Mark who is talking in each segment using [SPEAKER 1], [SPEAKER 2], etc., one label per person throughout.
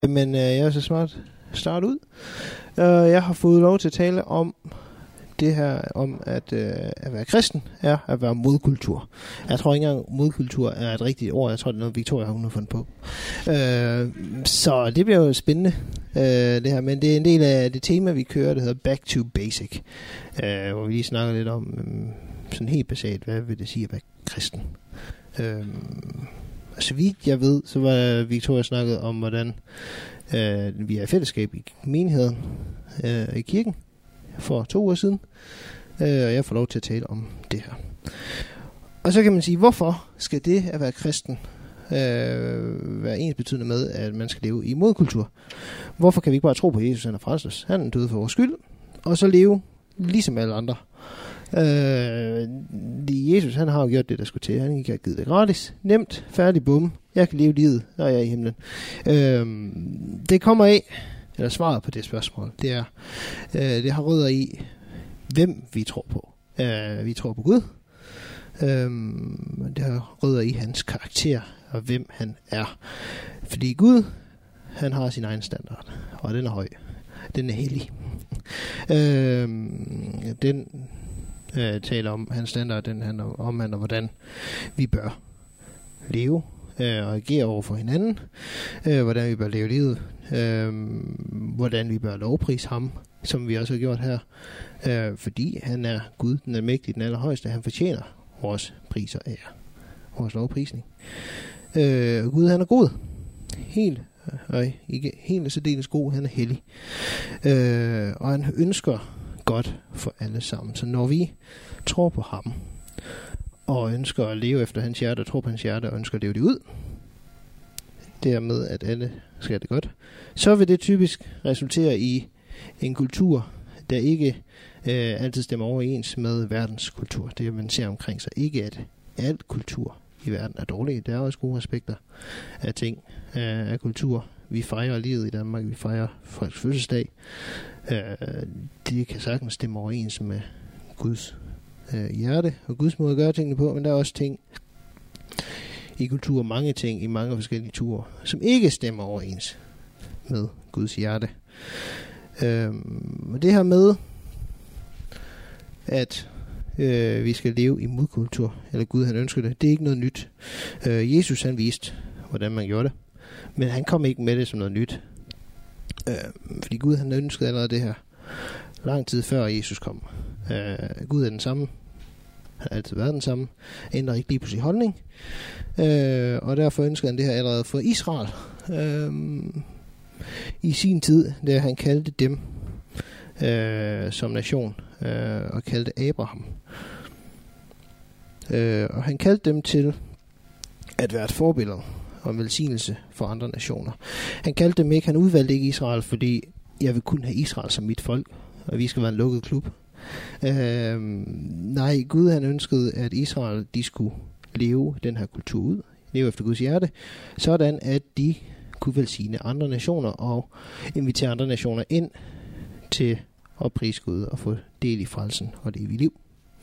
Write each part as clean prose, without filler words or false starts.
[SPEAKER 1] Men jeg er så smart starte ud. Jeg har fået lov til at tale om det her om at være kristen er at være modkultur. Jeg tror ikke engang modkultur er et rigtigt ord. Jeg tror det er noget Victoria hun har fundet på. Så det bliver jo spændende det her. Men det er en del af det tema vi kører. Det hedder Back to Basic, hvor vi lige snakker lidt om sådan helt basalt hvad vil det sige at være kristen. Så vidt jeg ved, så var Victoria snakket om hvordan vi er i fællesskab i menigheden i kirken for 2 uger siden, og jeg får lov til at tale om det her. Og så kan man sige, hvorfor skal det at være kristen være ensbetydende med, at man skal leve i modkultur? Hvorfor kan vi ikke bare tro på Jesus, han er frelst os? Han er død for vores skyld, og så leve ligesom alle andre. Jesus, han har jo gjort det, der skulle til. Han ikke har givet det gratis. Nemt, færdig, bum. Jeg kan leve livet, når jeg er i himlen. Det kommer af, eller svaret på det spørgsmål, det er, det har rødder i, hvem vi tror på. Vi tror på Gud. Det har rødder i hans karakter, og hvem han er. Fordi Gud, han har sin egen standard, og den er høj. Den er hellig. Den taler om hans standard, den handler om, hvordan vi bør leve og agere over for hinanden, hvordan vi bør leve livet, hvordan vi bør lovprise ham, som vi også har gjort her, fordi han er Gud, den er mægtig, den allerhøjeste, han fortjener vores pris og ære, vores lovprisning. Gud, han er god, ikke helt så deles god, han er hellig, og han ønsker godt for alle sammen. Så når vi tror på ham og ønsker at leve efter hans hjerte og tror på hans hjerte og ønsker at leve det ud, dermed at alle skal have det godt, så vil det typisk resultere i en kultur, der ikke altid stemmer overens med verdens kultur. Det man ser omkring sig. Ikke at alt kultur i verden er dårlig. Der er også gode aspekter af ting, af kultur. Vi fejrer livet i Danmark, vi fejrer folks fødselsdag. Det kan sagtens stemme overens med Guds hjerte og Guds måde at gøre tingene på, men der er også ting i kultur, mange ting i mange forskellige turer, som ikke stemmer overens med Guds hjerte. Og det her med, at vi skal leve i modkultur, eller Gud han ønsker det, det er ikke noget nyt. Jesus han viste, hvordan man gjorde det, men han kom ikke med det som noget nyt. Fordi Gud han ønskede allerede det her lang tid før Jesus kom. Gud er den samme, han har altid været den samme, ændrer ikke lige på sin holdning, og derfor ønskede han det her allerede for Israel i sin tid, da han kaldte dem som nation og kaldte Abraham, og han kaldte dem til at være et forbillede og en velsignelse for andre nationer. Han kaldte dem ikke, han udvalgte ikke Israel, fordi jeg vil kun have Israel som mit folk, og vi skal være en lukket klub. Nej, Gud han ønskede, at Israel de skulle leve den her kultur ud, leve efter Guds hjerte, sådan at de kunne velsigne andre nationer og invitere andre nationer ind til at prise Gud og få del i frelsen og det evige liv.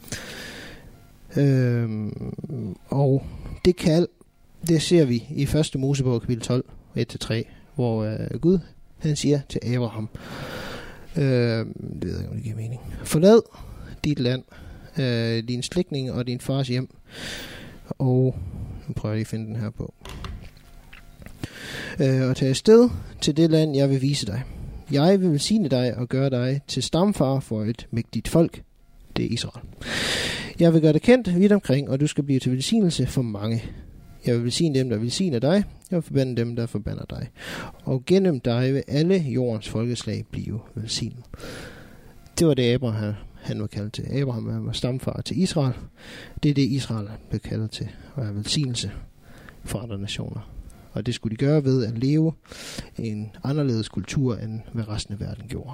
[SPEAKER 1] Og det kald, det ser vi i 1. Mosebog kapitel 12, 1-3, hvor Gud han siger til Abraham, det ved jeg ikke, om det giver mening, forlad dit land, din slægtning og din fars hjem, og nu prøver jeg lige at finde den her på, og tage afsted til det land, jeg vil vise dig. Jeg vil velsigne dig og gøre dig til stamfar for et mægtigt folk, det er Israel. Jeg vil gøre det kendt vidt omkring, og du skal blive til velsignelse for mange. Jeg vil velsigne dem, der velsigner dig. Jeg vil forbande dem, der forbander dig. Og gennem dig vil alle jordens folkeslag blive velsignet. Det var det Abraham han var kaldt til. Abraham han var stamfar til Israel. Det er det Israel blev kaldt til, at være velsignelse for andre nationer. Og det skulle de gøre ved at leve en anderledes kultur, end hvad resten af verden gjorde.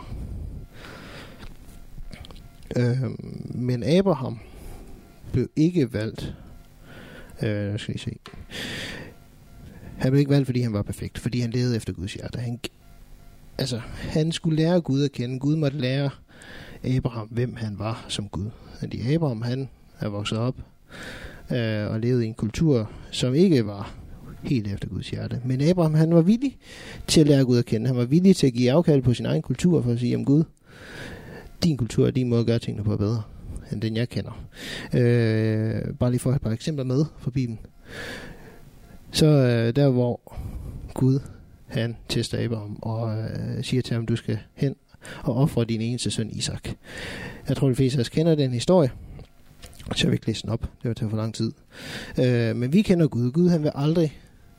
[SPEAKER 1] Men Abraham blev ikke valgt. Skal I se. Han blev ikke valgt, fordi han var perfekt, fordi han levede efter Guds hjerte. Han skulle lære Gud at kende. Gud måtte lære Abraham, hvem han var som Gud. Fordi Abraham, han er vokset op og levede i en kultur, som ikke var helt efter Guds hjerte. Men Abraham, han var villig til at lære Gud at kende. Han var villig til at give afkald på sin egen kultur for at sige, om Gud, din kultur og din måde at gøre tingene på er bedre end den, jeg kender. Bare lige for et par eksempler med fra Bibelen. Så der, hvor Gud, han tester Abraham og siger til ham, du skal hen og ofre din eneste søn Isak. Jeg tror, de fleste af os kender den historie. Så jeg vil ikke læse den op. Det vil tage for lang tid. Men vi kender Gud. Gud, han vil aldrig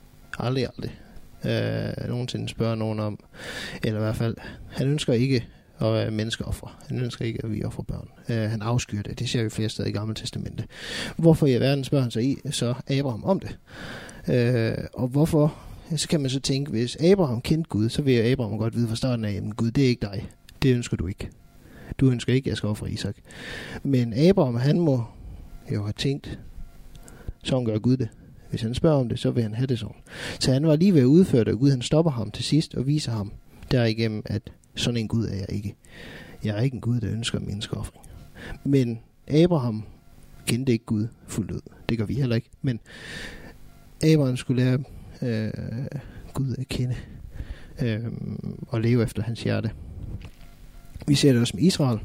[SPEAKER 1] nogensinde spørge nogen om, eller i hvert fald, han ønsker ikke at være menneskeoffer. Han ønsker ikke, at vi offer børn. Han afskyr det. Det ser vi flere steder i Gamle Testamente. Hvorfor i alverden spørger han så Abraham om det? Og hvorfor? Så kan man så tænke, hvis Abraham kendte Gud, så vil Abraham godt vide fra starten af, at Gud, det er ikke dig. Det ønsker du ikke. Du ønsker ikke, at jeg skal ofre Isak. Men Abraham, han må jo have tænkt, sådan gør Gud det. Hvis han spørger om det, så vil han have det sådan. Så han var lige ved at udføre det, og Gud han stopper ham til sidst og viser ham derigennem, at sådan en Gud er jeg ikke. Jeg er ikke en Gud, der ønsker menneskeoffring. Men Abraham kendte ikke Gud fuldt ud. Det gør vi heller ikke. Men Abraham skulle lære Gud at kende og leve efter hans hjerte. Vi ser det også med Israel.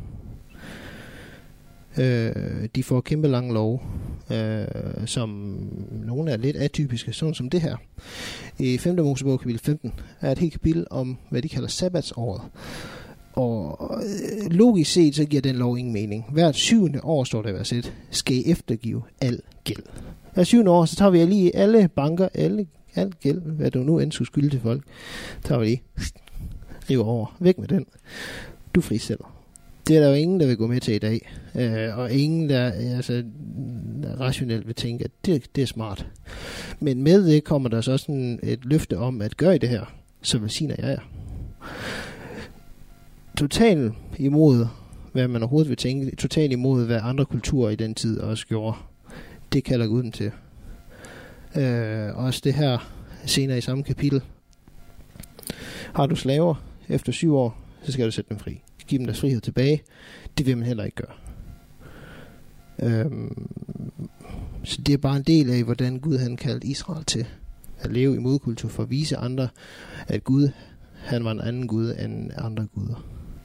[SPEAKER 1] De får kæmpe lange love, som nogle er lidt atypiske, sådan som det her. I 5. Mosebog kapitel 15 er et helt kapitel om, hvad de kalder sabbatsåret. Og logisk set, så giver den lov ingen mening. Hvert 7. år, står der i vers 1, skal I eftergive al gæld. Hvert 7. år, så tager vi lige alle banker, al gæld, hvad du nu end skulle skylde til folk, tager vi lige, river over, væk med den. Du frisætter. Det er der jo ingen, der vil gå med til i dag. Og ingen, der rationelt vil tænke, at det er smart. Men med det kommer der så sådan et løfte om, at gør I det her, så velsigner jeg jer. Totalt imod, hvad man overhovedet vil tænke. Totalt imod, hvad andre kulturer i den tid også gjorde. Det kalder Gud den til. Også det her senere i samme kapitel. Har du slaver efter 7 år, så skal du sætte dem fri. Give dem deres frihed tilbage. Det vil man heller ikke gøre. Så det er bare en del af, hvordan Gud han kaldte Israel til at leve i modkultur, for at vise andre, at Gud, han var en anden Gud end andre guder.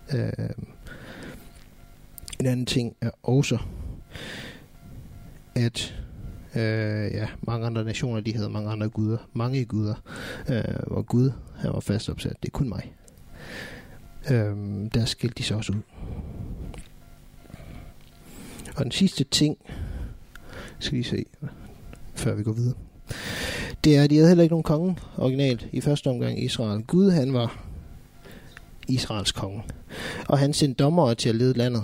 [SPEAKER 1] En anden ting er også, at mange andre nationer, de havde mange andre guder, mange guder, hvor Gud, han var fast opsat. Det er kun mig. Der skilte de sig også ud. Og den sidste ting, skal I se, før vi går videre, det er, at de havde heller ikke nogen konge originalt i første omgang i Israel. Gud, han var Israels konge. Og han sendte dommere til at lede landet.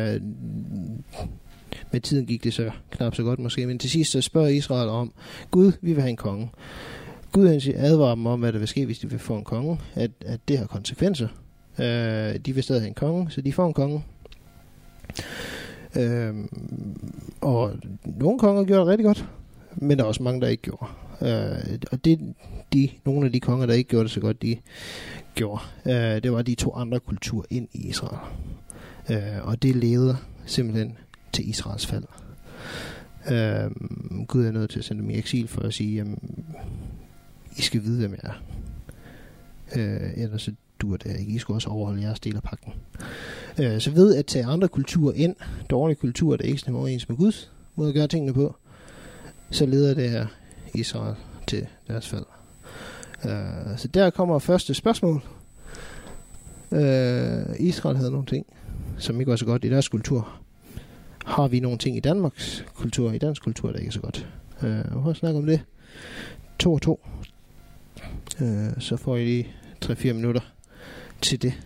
[SPEAKER 1] Med tiden gik det så knap så godt måske, men til sidst så spørger Israel om, Gud, vi vil have en konge. Gud han advarer dem om, hvad der vil ske, hvis de vil få en konge, at det har konsekvenser. De vil stadig have en konge, så de får en konge. Og nogle konger gjorde det rigtig godt, men der er også mange, der ikke gjorde. Og nogle af de konger, der ikke gjorde det så godt, de gjorde, det var de 2 andre kulturer ind i Israel. Og det leder simpelthen til Israels fald. Gud er nødt til at sende dem i eksil for at sige, jamen, I skal vide, hvem jeg er. Ellers så dur det ikke. I skal også overholde jeres del af pagten. Så ved at tage andre kulturer ind, dårlige kulturer, der ikke stemmer overens med Guds måde at gøre tingene på, så leder det her Israel til deres fald. Så der kommer første spørgsmål. Israel havde nogle ting, som ikke var så godt i deres kultur. Har vi nogle ting i Danmarks kultur, i dansk kultur, der ikke er så godt? Prøv at snakke om det. 2 og 2. Så får I lige 3-4 minutter til det.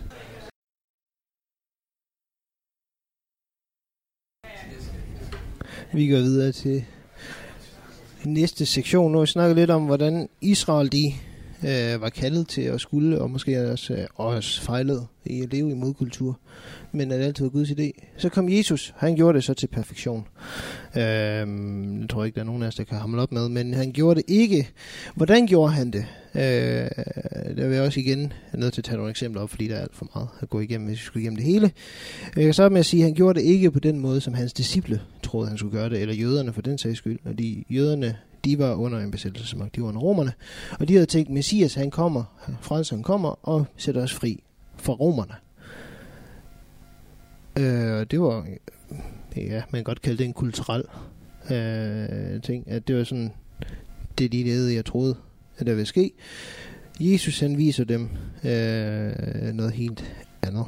[SPEAKER 1] Vi går videre til næste sektion. Nu har vi snakket lidt om, hvordan Israel de var kaldet til at skulle, og måske også fejlede i at leve i modkultur, men at det altid var Guds idé. Så kom Jesus, han gjorde det så til perfektion. Jeg tror ikke, der er nogen af os, der kan hamle op med, men han gjorde det ikke. Hvordan gjorde han det? Der vil jeg også igen nødt til at tage nogle eksempler op, fordi der er alt for meget at gå igennem, hvis vi skulle igennem det hele. Jeg kan starte med at sige, at han gjorde det ikke på den måde, som hans disciple troede, han skulle gøre det, eller jøderne for den sags skyld. Og jøderne, De var under en besættelsesmagt, de var under romerne, og de havde tænkt, Messias han kommer, frelseren kommer og sætter os fri fra romerne. Det var, ja, man kan godt kalde det en kulturel ting, at det var sådan, det de ledede, jeg troede, at der ville ske. Jesus han viser dem noget helt andet.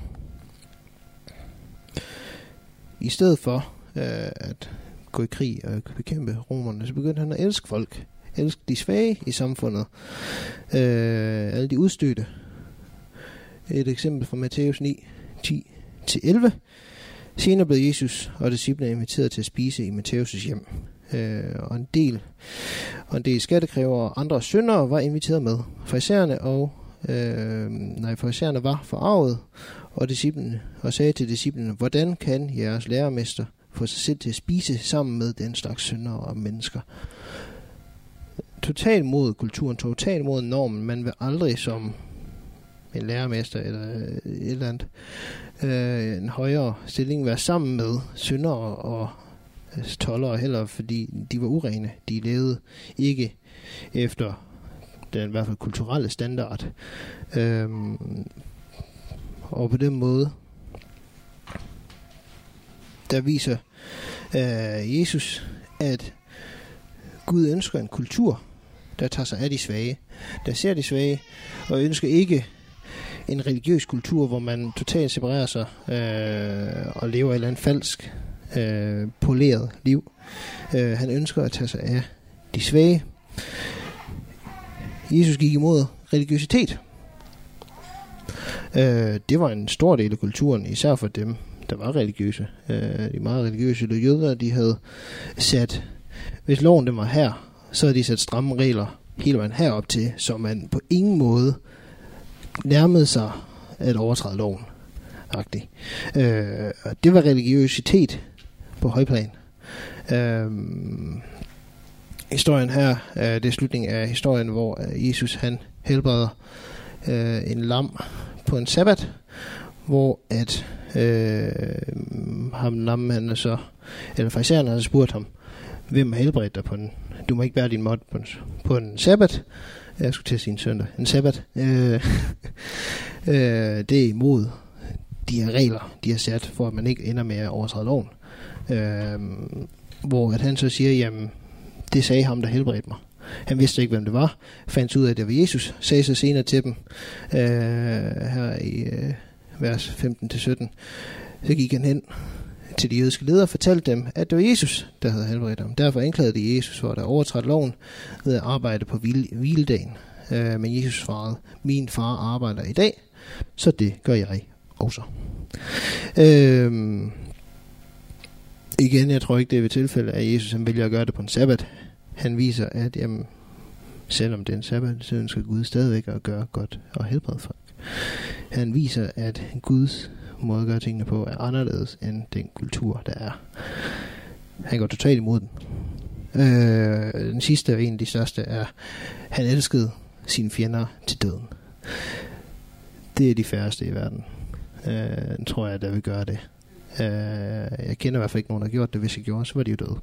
[SPEAKER 1] I stedet for at gå i krig og bekæmpe romerne, så begyndte han at elske folk. Elske de svage i samfundet. Alle de udstødte. Et eksempel fra Matthæus 9, 10-11. Senere blev Jesus og disciplene inviteret til at spise i Matthæus' hjem. Og en del skattekrævere og andre syndere var inviteret med. Farisæerne var forarvet og sagde til disciplene, hvordan kan jeres lærermester få sig selv til at spise sammen med den slags syndere og mennesker? Totalt mod kulturen, totalt mod normen. Man vil aldrig som en lærermester eller et eller andet en højere stilling være sammen med syndere og toldere heller, fordi de var urene. De levede ikke efter den i hvert fald kulturelle standard. Og på den måde, der viser Jesus, at Gud ønsker en kultur, der tager sig af de svage, der ser de svage, og ønsker ikke en religiøs kultur, hvor man totalt separerer sig og lever et eller andet falsk, poleret liv. Han ønsker at tage sig af de svage. Jesus gik imod religiøsitet. Det var en stor del af kulturen, især for dem, der var religiøse. De meget religiøse jøder, de havde sat, hvis loven den var her, så havde de sat stramme regler hele vejen herop til, så man på ingen måde nærmede sig at overtræde loven. Det var religiøsitet på højplan. Historien her, det er slutningen af historien, hvor Jesus han helbreder en lam på en sabbat, hvor at farisæerne havde spurgt ham, hvem har helbredt dig på den? Du må ikke bære din måtte på en sabbat. Jeg skulle til at sige en søndag. En sabbat. Det er imod de her regler, de har sat, for at man ikke ender med at overtræde loven. Hvor at han så siger, jamen, det sagde ham, der helbredte mig. Han vidste ikke, hvem det var. Fandt ud af, at det var Jesus. Sagde så senere til dem, her i vers 15-17. Så gik han hen til de jødiske ledere og fortalte dem, at det var Jesus, der havde helbredt ham. Derfor anklagede de Jesus for at have overtrådt loven ved at arbejde på hviledagen. Men Jesus svarede, min far arbejder i dag, så det gør jeg også. Igen, jeg tror ikke, det er ved tilfælde, at Jesus han vælger at gøre det på en sabbat. Han viser, at jamen, selvom det er en sabbat, så ønsker Gud stadigvæk at gøre godt og helbrede folk. Han viser, at Guds måde at gøre tingene på er anderledes end den kultur, der er. Han går totalt imod den. Den sidste og en af de største er, han elskede sine fjender til døden. Det er de færreste i verden. Tror jeg, der vil gøre det. Jeg kender i hvert fald ikke nogen, der har gjort det. Hvis jeg gjorde, så var de jo døde.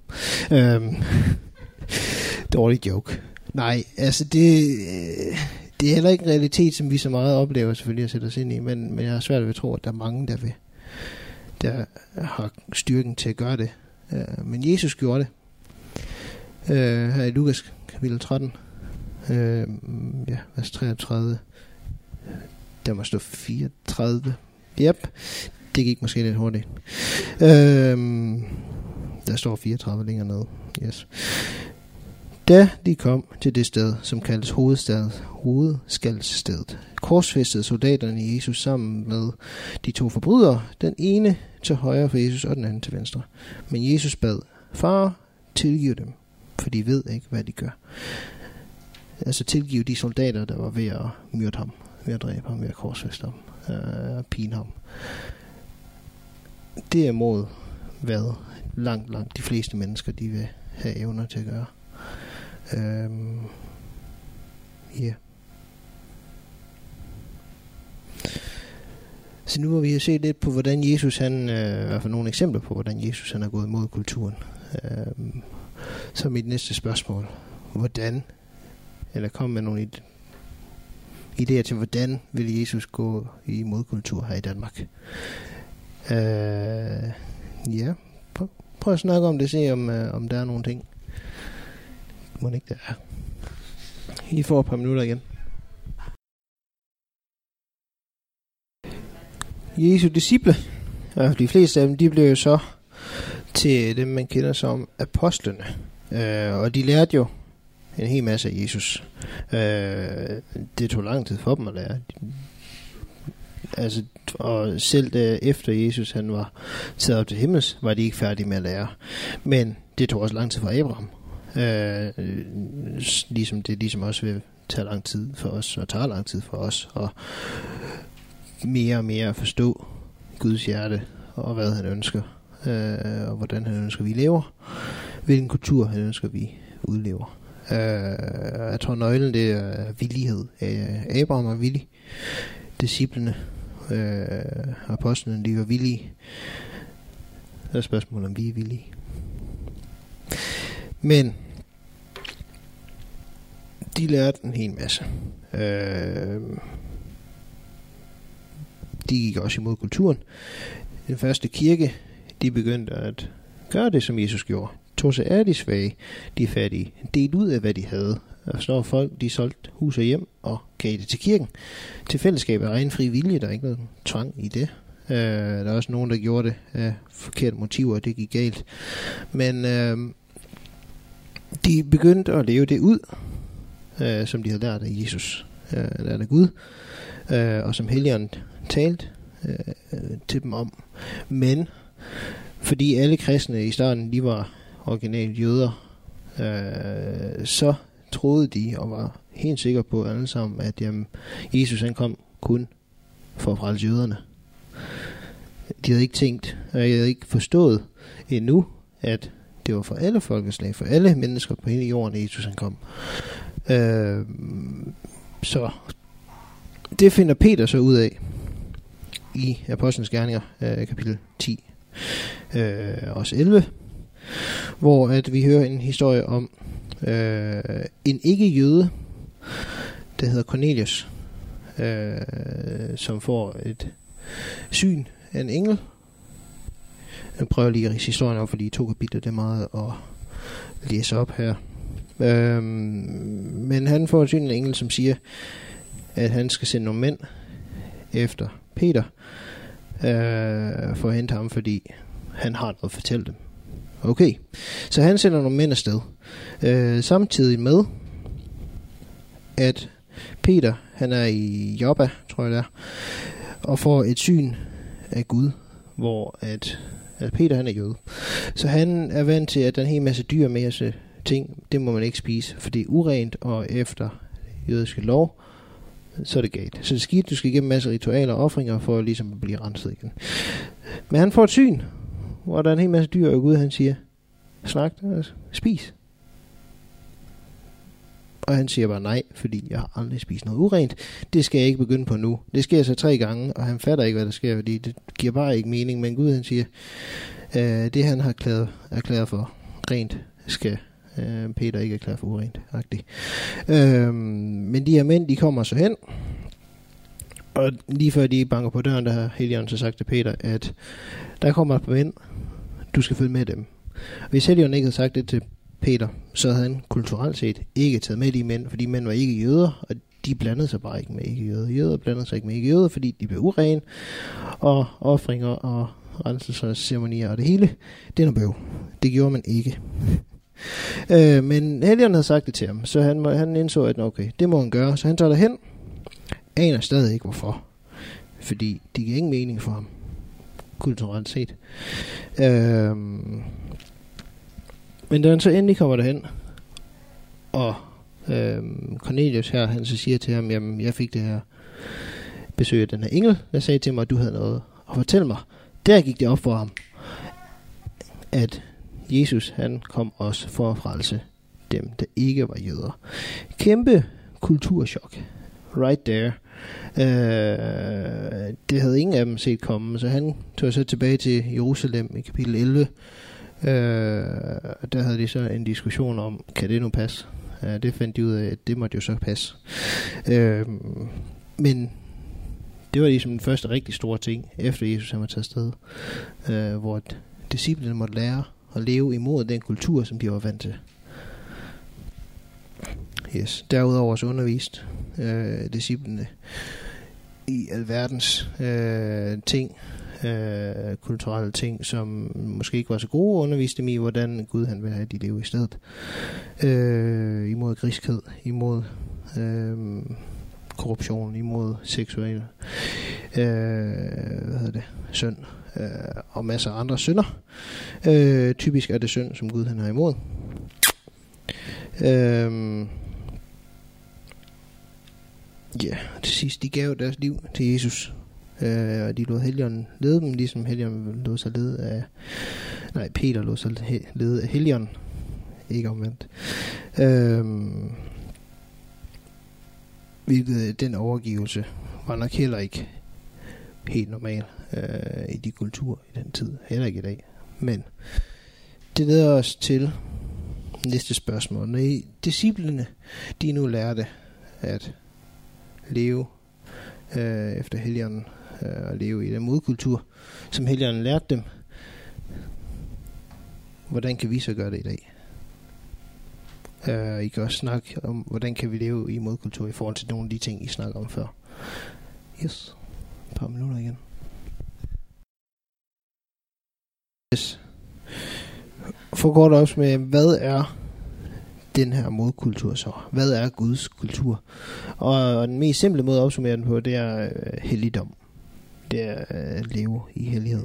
[SPEAKER 1] Dårlig joke. Nej, altså det er heller ikke en realitet, som vi så meget oplever selvfølgelig at sætte os ind i, men jeg har svært ved at tro, at der er mange, der har styrken til at gøre det. Men Jesus gjorde det. Her i Lukas kapitel 13, vers 33, der må stå 34. Yep, det gik måske lidt hurtigt. Der står 34 længere nede. Yes. Da de kom til det sted, som kaldes hovedskaldstedet, korsfæstede soldaterne Jesus sammen med de to forbrydere, den ene til højre for Jesus og den anden til venstre. Men Jesus bad, far, tilgiv dem, for de ved ikke, hvad de gør. Altså tilgive de soldater, der var ved at myrde ham, ved at dræbe ham, ved at korsfæste ham, pine ham. Det er mod, hvad langt de fleste mennesker, de vil have evner til at gøre. Så nu har vi set lidt på, hvordan Jesus, i hvert fald nogle eksempler på, hvordan Jesus han er gået imod kulturen. Så mit næste spørgsmål, hvordan, eller kom med nogle idéer til, hvordan vil Jesus gå i modkultur her i Danmark. Ja, prøv at snakke om det, se om der er nogle ting. Må ikke der er. I får et par minutter igen. Jesu disciple, de fleste af dem, de blev jo så til dem, man kender som apostlene. Og de lærte jo en hel masse af Jesus. Det tog lang tid for dem at lære. Altså, og selv efter Jesus han var taget op til himmels, var de ikke færdige med at lære. Men det tog også lang tid for Abraham. Ligesom det ligesom også vil tage lang tid for os, og tager lang tid for os, og mere og mere at forstå Guds hjerte, og hvad han ønsker, og hvordan han ønsker, vi lever, hvilken kultur han ønsker, vi udlever. Jeg tror nøglen det er villighed. Abraham var villig, disciplene, apostlene, de var villige. Der er spørgsmål om vi er villige. Men de lærte en hel masse. De gik også imod kulturen. Den første kirke, de begyndte at gøre det, som Jesus gjorde. Tog sig af de svage, de fattige, delte ud af, hvad de havde. Og så folk, de solgte hus og hjem og gav det til kirken. Til fællesskab af egen fri vilje, der er ikke noget tvang i det. Der er også nogen, der gjorde det af forkerte motiver, og det gik galt. Men de begyndte at leve det ud, som de havde lært af Jesus, lært af Gud, og som Helligånden talte til dem om. Men fordi alle kristne i starten, de var originalt jøder, så troede de og var helt sikre på alle sammen, at Jesus han kom kun for at frelse jøderne. De havde ikke tænkt, og jeg havde ikke forstået endnu, at det var for alle folkeslag, for alle mennesker på hele jorden, at Jesus han kom. Så det finder Peter så ud af i Apostlenes Gerninger, kapitel 10, også 11, hvor at vi hører en historie om en ikke-jøde, der hedder Cornelius, som får et syn af en engel. Jeg prøver lige at rise historien op, fordi i 2 kapitler, det er meget at læse op her. Men han får et syn af en engel, som siger, at han skal sende nogle mænd efter Peter, for at hente ham, fordi han har noget at fortælle dem. Okay, så han sender nogle mænd afsted. Samtidig med, at Peter, han er i Joppa, tror jeg det er, og får et syn af Gud, hvor at Peter, han er jøde. Så han er vant til, at der er en hel masse dyr, masse ting, det må man ikke spise, for det er urent, og efter jødiske lov, så er det galt. Så det er skidt, du skal igennem masser af ritualer og offringer, for ligesom at blive renset igen. Men han får et syn, hvor der er en hel masse dyr, og Gud han siger, slagt, spis. Og han siger bare nej, fordi jeg har aldrig spist noget urent. Det skal jeg ikke begynde på nu. Det sker så 3 gange, og han fatter ikke, hvad der sker, fordi det giver bare ikke mening. Men Gud han siger, det han har erklæret for rent, skal Peter ikke erklære for urent. Men de her mænd, de kommer så hen, og lige før de banker på døren, der har Helligånden så sagt til Peter, at der kommer et par mænd, du skal følge med dem. Hvis Helligånden ikke havde sagt det til Peter, så havde han kulturelt set ikke taget med de mænd, fordi mænd var ikke jøder, og de blandede sig bare ikke med ikke-jøder. Jøder blandede sig ikke med ikke-jøder, fordi de blev urene, og offringer og renselsesceremonier og det hele, det er noget bøv. Det gjorde man ikke. Men Helligånden havde sagt det til ham, så han indså, at okay, det må han gøre, så han tager derhen, aner stadig ikke hvorfor, fordi det giver ingen mening for ham, kulturelt set. Men da han så endelig kommer derhen, og Cornelius her, han så siger til ham, jamen jeg fik det her besøg af den her engel, der sagde til mig, at du havde noget at fortælle mig. Der gik det op for ham, at Jesus han kom også for at frelse dem, der ikke var jøder. Kæmpe kulturschok. Right there. Det havde ingen af dem set komme, så han tog så tilbage til Jerusalem i kapitel 11. Der havde de så en diskussion om, kan det nu passe, Det fandt de ud af, at det måtte jo så passe. Men det var ligesom den første rigtig store ting, efter Jesus han var taget afsted, hvor disciplene måtte lære at leve imod den kultur, som de var vant til. Yes. Derudover så undervist disciplene i alverdens ting, kulturelle ting, som måske ikke var så gode, underviste dem i, hvordan Gud han vil have, de leve i stedet. Imod griskhed, imod korruption, imod seksuelle synd, og masser af andre synder. Typisk er det synd, som Gud han har imod. Til sidst, de gav deres liv til Jesus, og de lod Helligånden lede dem, ligesom Helligånden lod sig lede af, Peter lod sig lede af Helligånden, ikke omvendt. Hvilket den overgivelse var nok heller ikke helt normal i de kulturer i den tid, heller ikke i dag. Men det leder os til næste spørgsmål. Når disciplene, de nu lærte at leve efter Helligånden, og leve i den modkultur, som Helligånden lærte dem, hvordan kan vi så gøre det i dag? I kan også snakke om, hvordan kan vi leve i modkultur i forhold til nogle af de ting, I snakker om før. Yes. Et par minutter igen. Yes. For kort op med, hvad er den her modkultur så? Hvad er Guds kultur? Og den mest simple måde at opsummere den på, det er helligdom. Det er at leve i hellighed.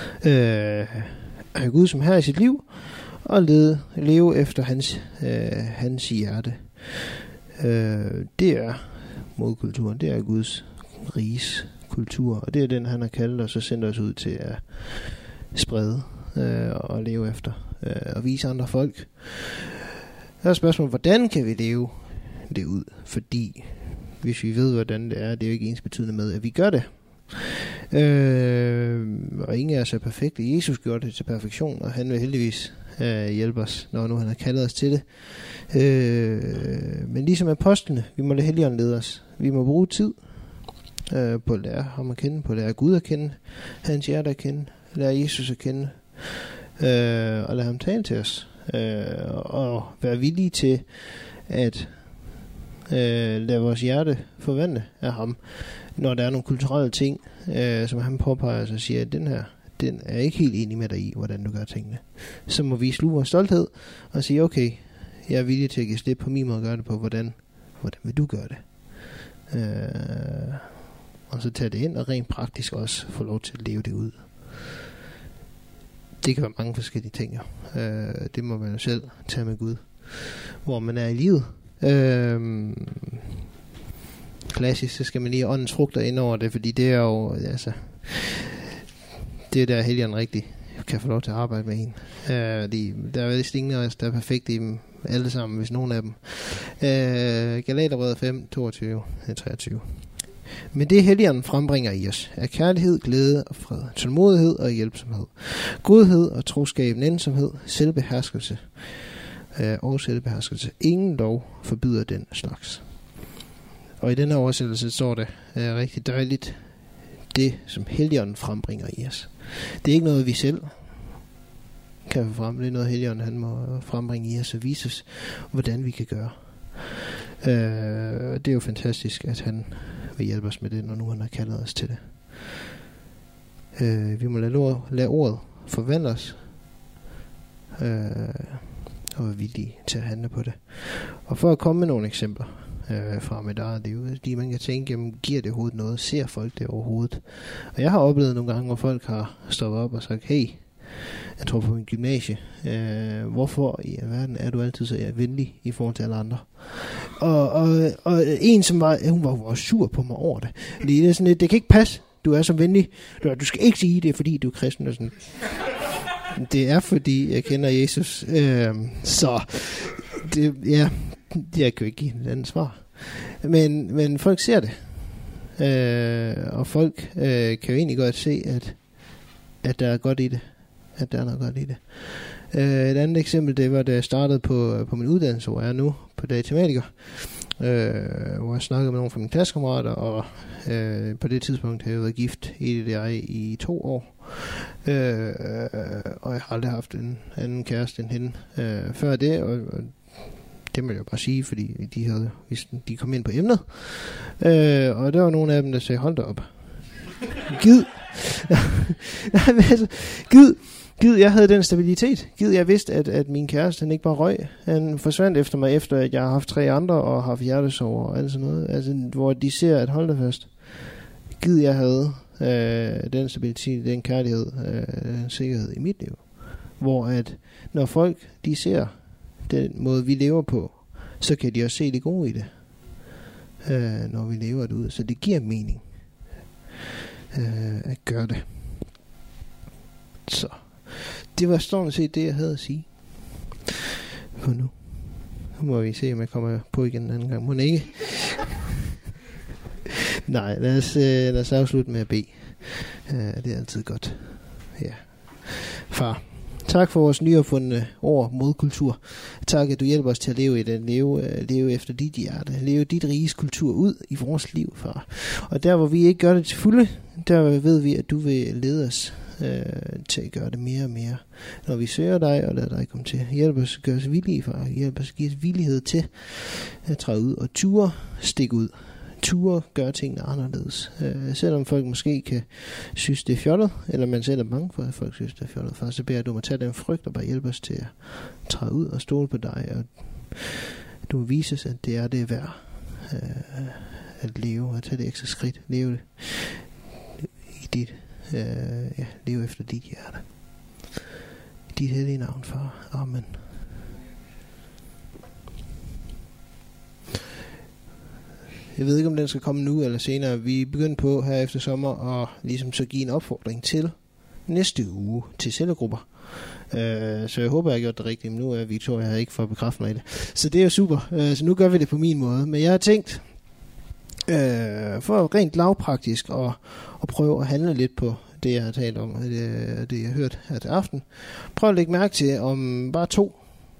[SPEAKER 1] Have Gud som herre i sit liv, og leve efter hans hjerte. Det er modkulturen. Det er Guds riges kultur. Og det er den, han har kaldt os og sendt os ud til at sprede og leve efter. Og vise andre folk. Der er spørgsmålet, hvordan kan vi leve det ud? Fordi hvis vi ved, hvordan det er jo ikke ensbetydende med, at vi gør det. Og ingen af os er perfekte. Jesus gjorde det til perfektion, og han vil heldigvis hjælpe os, når nu han har kaldet os til det. Men ligesom apostlene, vi må lade Helligånden lede os. Vi må bruge tid på at lære ham at kende, på at lære Gud at kende, hans hjerte at kende, lære Jesus at kende, og lade ham tale til os. Og være villige til at lade vores hjerte forvandle af ham, når der er nogle kulturelle ting, som han påpeger og siger, at den er ikke helt enig med dig i, hvordan du gør tingene. Så må vi sluge vores stolthed og sige, okay, jeg er villig til at give slip på min måde at gøre det på, hvordan vil du gøre det? Og så tage det ind og rent praktisk også få lov til at leve det ud. Det kan være mange forskellige ting, jo. Det må man jo selv tage med Gud, hvor man er i livet. Klassisk, så skal man lige have åndens frugter ind over det, fordi det er jo, altså, det er der Helligånden rigtig kan få lov til at arbejde med en. Der er vist ingen af os, der er perfekte i dem alle sammen, hvis nogen af dem. Galaterbrevet 5, 22-23. Men det Helligånden frembringer i os er kærlighed, glæde og fred, tålmodighed og hjælpsomhed, godhed og troskab, nændsomhed, selvbeherskelse og selvbeherskelse. Ingen lov forbyder den slags. Og i denne oversættelse står det rigtig dejligt, det som Helligånden frembringer i os. Det er ikke noget, vi selv kan få frem. Det er noget, Helligånden han må frembringe i os og vise os, hvordan vi kan gøre. Det er jo fantastisk, at han vil hjælpe os med det, når nu han har kaldet os til det. Vi må lade ordet forvandle os, og være villige til at handle på det. Og for at komme med nogle eksempler fra mit eget liv, fordi man kan tænke, jamen, giver det overhovedet noget? Ser folk det overhovedet? Og jeg har oplevet nogle gange, hvor folk har stoppet op og sagt, hey, jeg tror på min gymnasie, hvorfor i alverden er du altid så venlig i forhold til alle andre? Og en, som hun var sur på mig over det. Det er sådan lidt, det kan ikke passe, du er så venlig. Du skal ikke sige det, fordi du er kristen og sådan. Det er fordi, jeg kender Jesus. Så det, ja, jeg kan jo ikke give et andet svar. Men folk ser det. Og folk kan jo egentlig godt se, at der er godt i det. At der er noget godt i det. Et andet eksempel, det var, da jeg startede på min uddannelse, hvor jeg er nu, på Datamatiker, hvor jeg snakkede med nogle fra mine klassekammerater, og på det tidspunkt havde jeg været gift i 2 år. Og jeg har aldrig haft en anden kæreste end hende før det, og det må jeg bare sige, fordi de kom ind på emnet. Og der var nogle af dem, der sagde, hold da op. Gid. Nej, men altså, Gid, jeg havde den stabilitet. Gid, jeg vidste, at min kæreste, han ikke bare røg. Han forsvandt efter mig, efter at jeg har haft 3 andre, og haft hjertesorger og alt sådan noget. Altså, hvor de ser, at hold da fast. Gid, jeg havde den stabilitet, den kærlighed, den sikkerhed i mit liv. Hvor at, når folk, de ser den måde, vi lever på, så kan de også se det gode i det, når vi lever det ud. Så det giver mening at gøre det. Så det var stort set det, jeg havde at sige for nu. Nu må vi se, om jeg kommer på igen en anden gang. Må ikke? Nej, lad os afslutte med at bede. Det er altid godt. Ja. Far, tak for vores nyopfundne ord, modkultur. Tak, at du hjælper os til at leve efter dit hjerte. Leve dit riges kultur ud i vores liv, far. Og der, hvor vi ikke gør det til fulde, der ved vi, at du vil lede os til at gøre det mere og mere. Når vi søger dig, og lader dig komme til. Hjælp os, gør os villige, far. Hjælp os, giv os villighed til at træde ud og ture, stikke ud. Ture gøre tingene anderledes. Selvom folk måske kan synes, det er fjollet, eller man selv er bange for, at folk synes, det er fjollet. For så beder jeg, du må tage den frygt og bare hjælpe os til at træde ud og stole på dig. Og du vil vise os, at det er det værd at leve, at tage det ekstra skridt. Leve i dit, leve efter dit hjerte. I dit hellige navn, far. Amen. Jeg ved ikke, om den skal komme nu eller senere. Vi er begyndt på her efter sommer og ligesom så give en opfordring til næste uge til cellegrupper. Så jeg håber, jeg har gjort det rigtigt. Men nu er Victoria her ikke for at bekræfte mig i det. Så det er jo super. Så nu gør vi det på min måde. Men jeg har tænkt, for rent lavpraktisk at prøve at handle lidt på det, jeg har talt om, det jeg har hørt her til aften. Prøv at lægge mærke til, om bare 2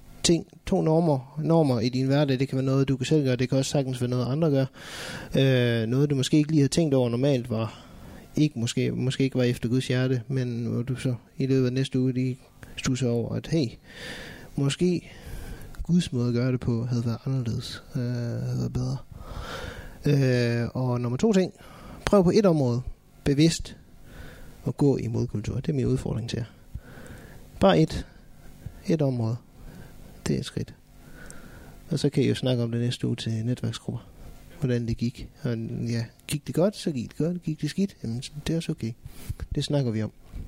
[SPEAKER 1] normer i din hverdag. Det kan være noget, du kan selv gøre. Det kan også sagtens være noget, andre gør. Noget, du måske ikke lige havde tænkt over normalt, var ikke måske ikke var efter Guds hjerte, men hvor du så i løbet af næste uge lige stusser over, at hey, måske Guds måde at gøre det på havde været anderledes, havde været bedre. Og nummer 2 ting, prøv på et område bevidst at gå i modkultur. Det er min udfordring til jer. Bare et område. Det er et skridt. Og så kan I jo snakke om det næste uge til netværksgrupper. Hvordan det gik. Og ja, gik det godt, så gik det godt. Gik det skidt, jamen det er også okay. Det snakker vi om.